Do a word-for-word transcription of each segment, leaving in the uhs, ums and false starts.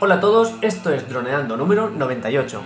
Hola a todos, esto es Droneando número noventa y ocho.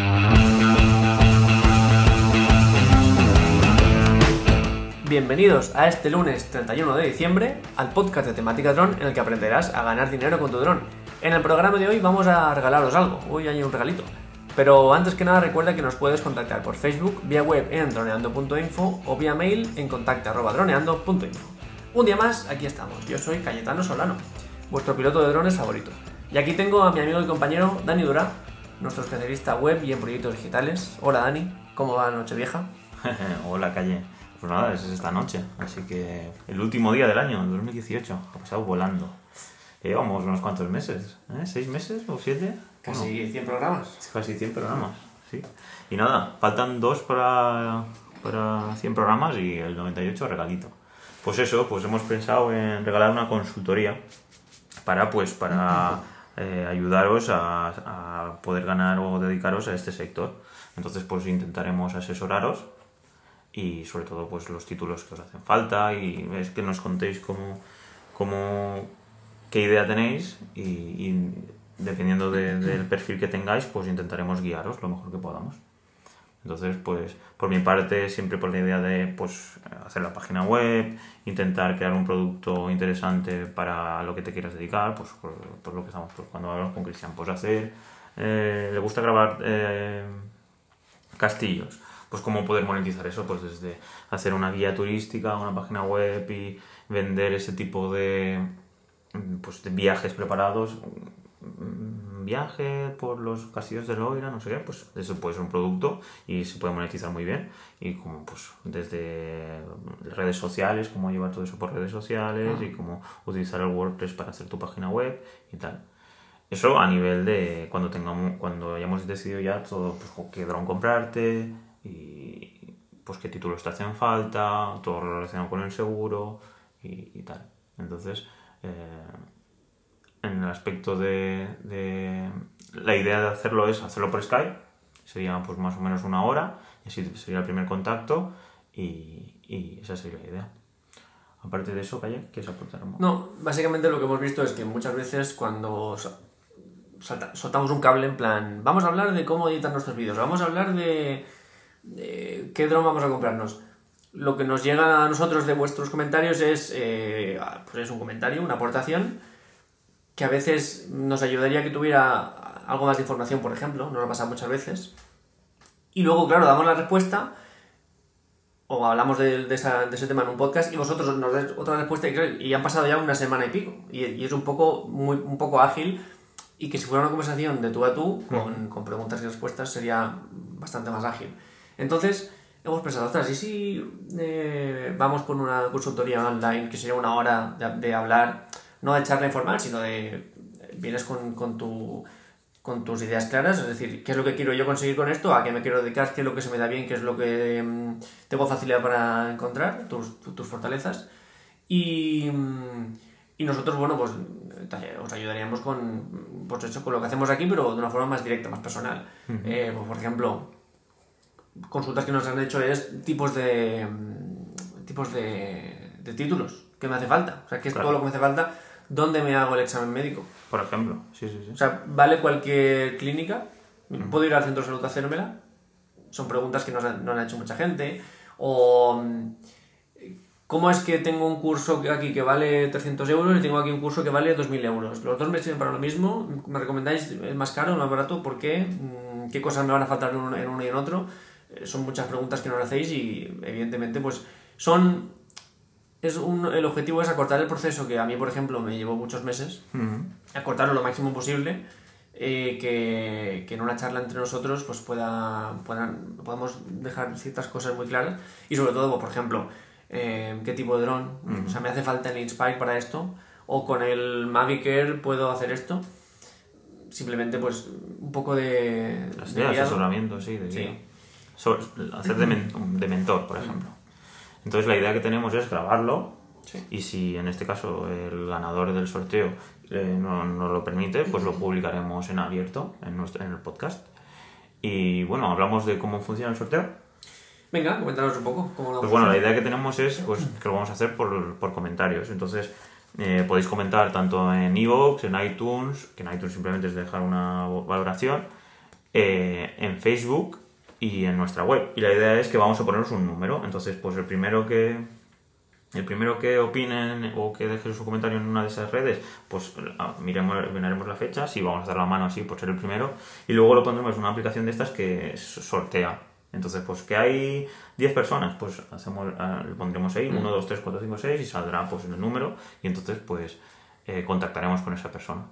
Bienvenidos a este lunes treinta y uno de diciembre al podcast de temática dron en el que aprenderás a ganar dinero con tu dron. En el programa de hoy vamos a regalaros algo, hoy hay un regalito. Pero antes que nada recuerda que nos puedes contactar por Facebook, vía web en droneando punto info o vía mail en contacto arroba droneando punto info. Un día más, aquí estamos, yo soy Cayetano Solano, vuestro piloto de drones favorito. Y aquí tengo a mi amigo y compañero Dani Durá, nuestro especialista web y en proyectos digitales. Hola Dani, ¿cómo va Nochevieja? Hola Calle, pues nada, es esta noche, así que el último día del año, el dos mil dieciocho, ha pasado volando. Llevamos unos cuantos meses, ¿eh? ¿Seis meses o siete? Casi Bueno, cien programas. Casi cien programas, sí. Y nada, faltan dos para, para cien programas y el noventa y ocho regalito. Pues eso, pues hemos pensado en regalar una consultoría para, pues, para eh, ayudaros a, a poder ganar o dedicaros a este sector. Entonces, pues intentaremos asesoraros y sobre todo, pues los títulos que os hacen falta y es que nos contéis cómo, cómo qué idea tenéis y, y dependiendo de, del perfil que tengáis, pues intentaremos guiaros lo mejor que podamos. Entonces, pues, por mi parte, siempre por la idea de, pues, hacer la página web, intentar crear un producto interesante para lo que te quieras dedicar, pues, por, por lo que estamos, pues, cuando hablamos con Cristian, pues, hacer, eh, le gusta grabar eh, castillos, pues, cómo poder monetizar eso, pues, desde hacer una guía turística, una página web y vender ese tipo de, pues, de viajes preparados, viaje por los castillos de Loira, no sé qué, pues eso puede ser un producto y se puede monetizar muy bien y como pues desde redes sociales, cómo llevar todo eso por redes sociales ah. y cómo utilizar el WordPress para hacer tu página web y tal. Eso a nivel de cuando tengamos, cuando hayamos decidido ya todo, pues qué dron comprarte y pues qué títulos te hacen falta, todo relacionado con el seguro y, y tal. Entonces, eh, en el aspecto de, de... La idea de hacerlo es hacerlo por Skype, sería pues más o menos una hora, y así sería el primer contacto, y, y esa sería la idea. Aparte de eso, Calle, ¿quieres aportar algo? No, básicamente lo que hemos visto es que muchas veces cuando salta, soltamos un cable en plan, vamos a hablar de cómo editar nuestros vídeos, vamos a hablar de, de qué dron vamos a comprarnos. Lo que nos llega a nosotros de vuestros comentarios es, eh, pues es un comentario, una aportación, que a veces nos ayudaría que tuviera algo más de información, por ejemplo, nos lo pasa muchas veces. Y luego, claro, damos la respuesta o hablamos de, de, esa, de ese tema en un podcast y vosotros nos dais otra respuesta y, y han pasado ya una semana y pico. Y, y es un poco, muy, un poco ágil y que si fuera una conversación de tú a tú, con, con preguntas y respuestas, sería bastante más ágil. Entonces, hemos pensado, ostras, ¿y si eh, vamos con una consultoría online que sería una hora de, de hablar? No de charla informal, sino de vienes con, con, tu, con tus ideas claras, es decir, qué es lo que quiero yo conseguir con esto, a qué me quiero dedicar, qué es lo que se me da bien, qué es lo que mmm, tengo facilidad para encontrar, tus, tus fortalezas. Y, y nosotros, bueno, pues os ayudaríamos con, pues eso, con lo que hacemos aquí, pero de una forma más directa, más personal. Uh-huh. Eh, pues, por ejemplo, consultas que nos han hecho es tipos de, tipos de, de títulos que me hace falta, o sea, que es claro. Todo lo que me hace falta. ¿Dónde me hago el examen médico? Por ejemplo, sí, sí, sí. O sea, ¿vale cualquier clínica? ¿Puedo ir al centro de salud a hacérmela? Son preguntas que no han, no han hecho mucha gente. O, ¿cómo es que tengo un curso aquí que vale trescientos euros y tengo aquí un curso que vale dos mil euros? Los dos me sirven para lo mismo. ¿Me recomendáis el más caro o el más barato? ¿Por qué? ¿Qué cosas me van a faltar en uno, en uno y en otro? Son muchas preguntas que nos hacéis y, evidentemente, pues son... Es un, el objetivo es acortar el proceso que a mí, por ejemplo, me llevó muchos meses, uh-huh. acortarlo lo máximo posible, eh, que, que en una charla entre nosotros pues pueda, puedan, podamos dejar ciertas cosas muy claras y sobre todo, por ejemplo, eh, qué tipo de dron, uh-huh. o sea, me hace falta el Inspire para esto, o con el Mavic Air puedo hacer esto. Simplemente pues un poco de... de, de asesoramiento, sí, de sí. Sobre, hacer de, men- de mentor, por ejemplo. Entonces la idea que tenemos es grabarlo sí. y si en este caso el ganador del sorteo eh, no nos lo permite, pues lo publicaremos en abierto en, nuestro, en el podcast. Y bueno, hablamos de cómo funciona el sorteo. Venga, coméntanos un poco cómo lo Pues bueno, la idea que tenemos es pues, que lo vamos a hacer por, por comentarios. Entonces Eh, podéis comentar tanto en iVoox, en iTunes, que en iTunes simplemente es dejar una valoración, eh, en Facebook y en nuestra web. Y la idea es que vamos a poneros un número. Entonces, pues el primero que el primero que opinen o que deje su comentario en una de esas redes, pues miremos, miraremos la fecha, si vamos a dar la mano así por ser el primero, y luego lo pondremos en una aplicación de estas que sortea. Entonces, pues que hay diez personas, pues hacemos, le pondremos ahí uno, dos, tres, cuatro, cinco, seis y saldrá pues el número y entonces pues eh, contactaremos con esa persona.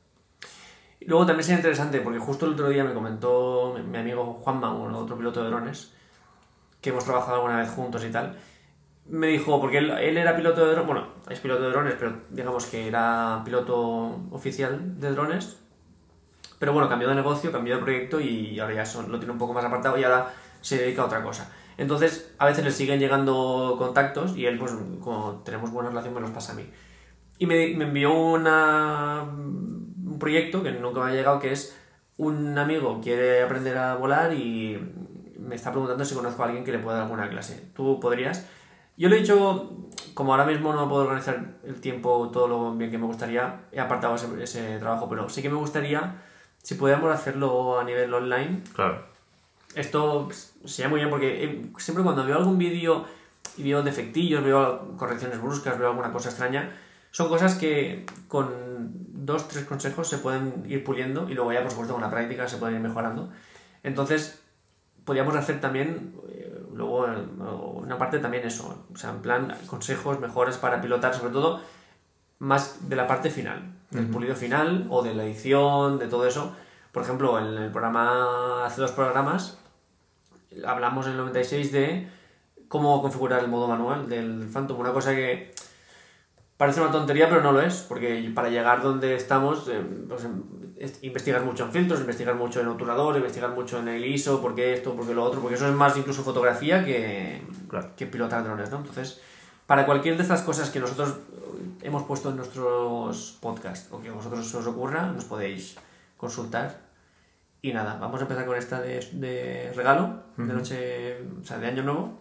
Y luego también sería interesante, porque justo el otro día me comentó mi amigo Juanma, un otro piloto de drones, que hemos trabajado alguna vez juntos y tal. Me dijo, porque él, él era piloto de drones, bueno, es piloto de drones, pero digamos que era piloto oficial de drones. Pero bueno, cambió de negocio, cambió de proyecto y ahora ya son, lo tiene un poco más apartado y ahora se dedica a otra cosa. Entonces, a veces le siguen llegando contactos y él, pues, como tenemos buena relación, me los pasa a mí. Y me, me envió una, un proyecto que nunca me ha llegado, que es un amigo quiere aprender a volar y me está preguntando si conozco a alguien que le pueda dar alguna clase. ¿Tú podrías? Yo le he dicho, como ahora mismo no puedo organizar el tiempo todo lo bien que me gustaría, he apartado ese, ese trabajo, pero sí que me gustaría, si pudiéramos hacerlo a nivel online. Claro. Esto sería muy bien porque siempre cuando veo algún vídeo y veo defectillos, veo correcciones bruscas, veo alguna cosa extraña, son cosas que con dos, tres consejos se pueden ir puliendo y luego ya, por supuesto, con la práctica se pueden ir mejorando. Entonces, podríamos hacer también, eh, luego, una parte también eso, o sea, en plan, consejos mejores para pilotar, sobre todo, más de la parte final, del uh-huh. pulido final o de la edición, de todo eso. Por ejemplo, en el programa, hace dos programas, hablamos en el noventa y seis de cómo configurar el modo manual del Phantom, una cosa que parece una tontería, pero no lo es, porque para llegar donde estamos, eh, pues, investigar mucho en filtros, investigar mucho en obturador, investigar mucho en el I S O, por qué esto, por qué lo otro, porque eso es más incluso fotografía que, claro. que pilotar drones, ¿no? Entonces, para cualquier de estas cosas que nosotros hemos puesto en nuestros podcasts o que a vosotros se os ocurra, nos podéis consultar. Y nada, vamos a empezar con esta de, de regalo, uh-huh. de noche, o sea, de año nuevo.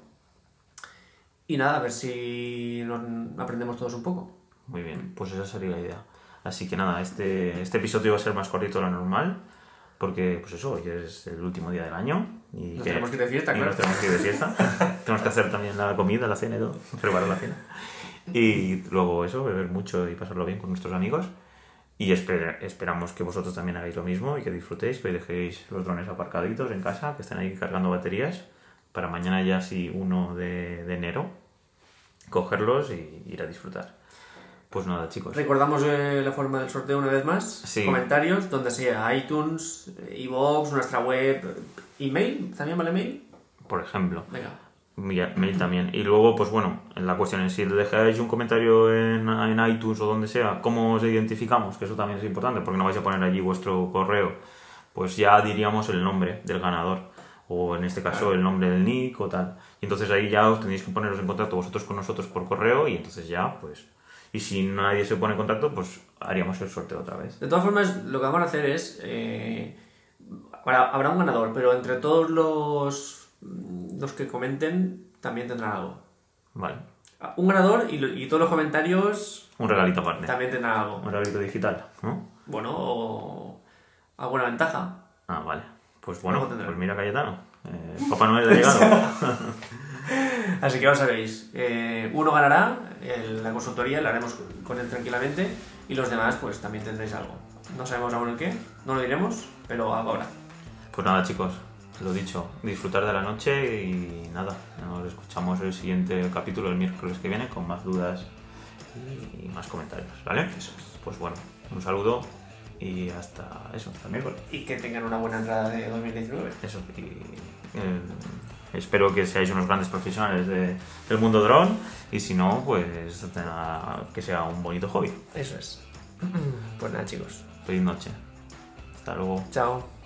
Y nada, a ver si nos aprendemos todos un poco. Muy bien, pues esa sería la idea. Así que nada, este, este episodio va a ser más cortito de lo normal, porque pues eso, hoy es el último día del año. Y nos que, tenemos que ir de fiesta, claro. Nos tenemos que ir de fiesta. Tenemos que hacer también la comida, la cena y todo, preparar la cena. Y luego eso, beber mucho y pasarlo bien con nuestros amigos. Y esper- esperamos que vosotros también hagáis lo mismo y que disfrutéis, que hoy dejéis los drones aparcaditos en casa, que estén ahí cargando baterías, para mañana ya sí, uno de, de enero, cogerlos y ir a disfrutar. Pues nada, chicos. Recordamos eh, la forma del sorteo una vez más. Sí. Comentarios, donde sea iTunes, iVoox, nuestra web, email, ¿también vale mail? Por ejemplo. Venga. Mail también. Y luego, pues bueno, en la cuestión es si dejáis un comentario en, en iTunes o donde sea, ¿cómo os identificamos? Que eso también es importante, porque no vais a poner allí vuestro correo. Pues ya diríamos el nombre del ganador, o en este caso claro. el nombre del nick o tal. Y entonces ahí ya os tenéis que poneros en contacto vosotros con nosotros por correo y entonces ya, pues... Y si nadie se pone en contacto, pues haríamos el sorteo otra vez. De todas formas, lo que vamos a hacer es... Eh, habrá, habrá un ganador, pero entre todos los... los que comenten también tendrán algo. Vale. Un ganador y, y todos los comentarios... Un regalito aparte. También tendrán algo. Un regalito digital, ¿no? Bueno, o alguna ventaja. Ah, vale. Pues bueno, pues mira Cayetano. Eh, Papá Noel ha llegado. Así que ya lo sabéis. Eh, uno ganará el, la consultoría, la haremos con él tranquilamente. Y los demás, pues también tendréis algo. No sabemos aún el qué, no lo diremos, pero ahora. Pues nada, chicos. Lo dicho, disfrutar de la noche y nada, nos escuchamos el siguiente capítulo el miércoles que viene con más dudas y más comentarios, ¿vale? Eso es. Pues bueno, un saludo y hasta eso, hasta el miércoles. Y que tengan una buena entrada de dos mil diecinueve. Eso, y eh, espero que seáis unos grandes profesionales de, del mundo dron y si no, pues que sea un bonito hobby. Eso es. Pues nada, chicos. Feliz noche. Hasta luego. Chao.